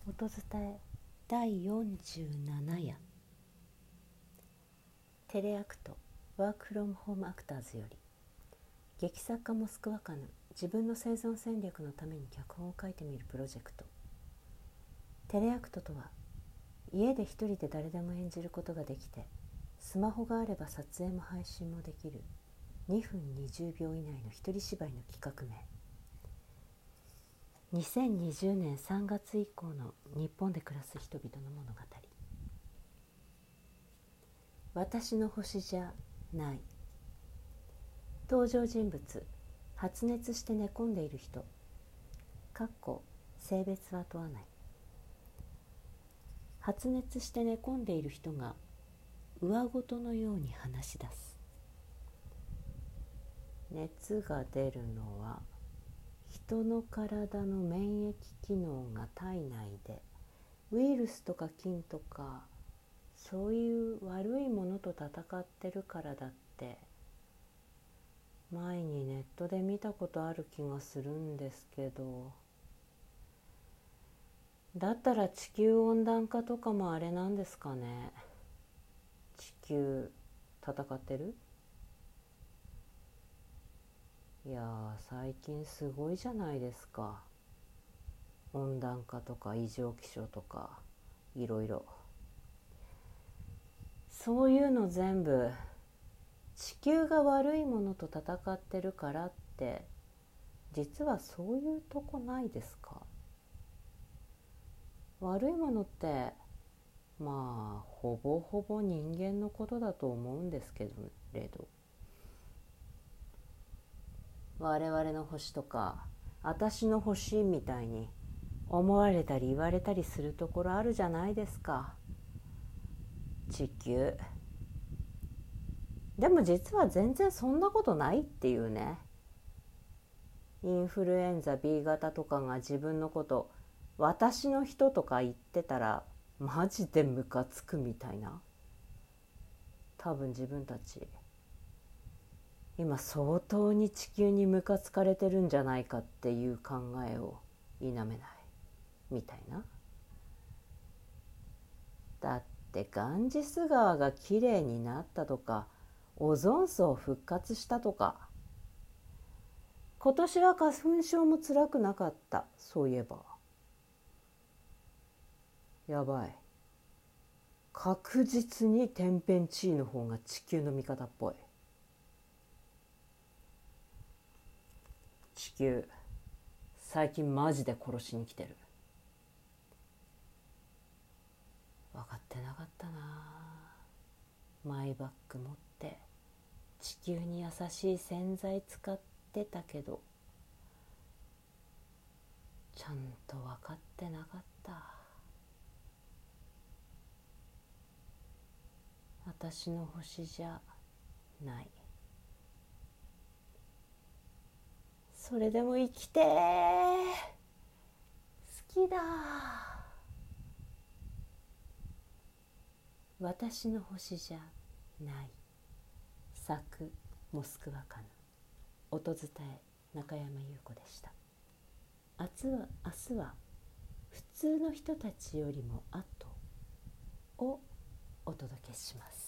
音伝え第47夜。テレアクトワークフロムホームアクターズより、劇作家モスクワカヌ自分の生存戦略のために脚本を書いてみるプロジェクト。テレアクトとは、家で一人で誰でも演じることができて、スマホがあれば撮影も配信もできる2分20秒以内の一人芝居の企画名。2020年3月以降の日本で暮らす人々の物語。私の星じゃない。登場人物、発熱して寝込んでいる人、性別は問わない。発熱して寝込んでいる人が上事のように話し出す。熱が出るのは人の体の免疫機能が体内でウイルスとか菌とかそういう悪いものと戦ってるからだって前にネットで見たことある気がするんですけど、だったら地球温暖化とかもあれなんですかね。地球戦ってる？いや最近すごいじゃないですか。温暖化とか異常気象とかいろいろ。そういうの全部地球が悪いものと戦ってるからって、実はそういうとこないですか？悪いものってまあほぼほぼ人間のことだと思うんですけれど、我々の星とか私の星みたいに思われたり言われたりするところあるじゃないですか、地球。でも実は全然そんなことないっていうね。インフルエンザ B 型とかが自分のこと私の人とか言ってたらマジでムカつくみたいな。多分自分たち今相当に地球にムカつかれてるんじゃないかっていう考えを否めないみたいな。だってガンジス川がきれいになったとか、オゾン層復活したとか、今年は花粉症も辛くなかった。そういえばやばい、確実に天変地異の方が地球の味方っぽい。地球最近マジで殺しに来てる。分かってなかったな。マイバッグ持って地球に優しい洗剤使ってたけど、ちゃんと分かってなかった。私の星じゃない。それでも生きてー、好きだ。私の星じゃない。作モスクワカヌ、音伝え中山優子でした。明日は普通の人たちよりも後をお届けします。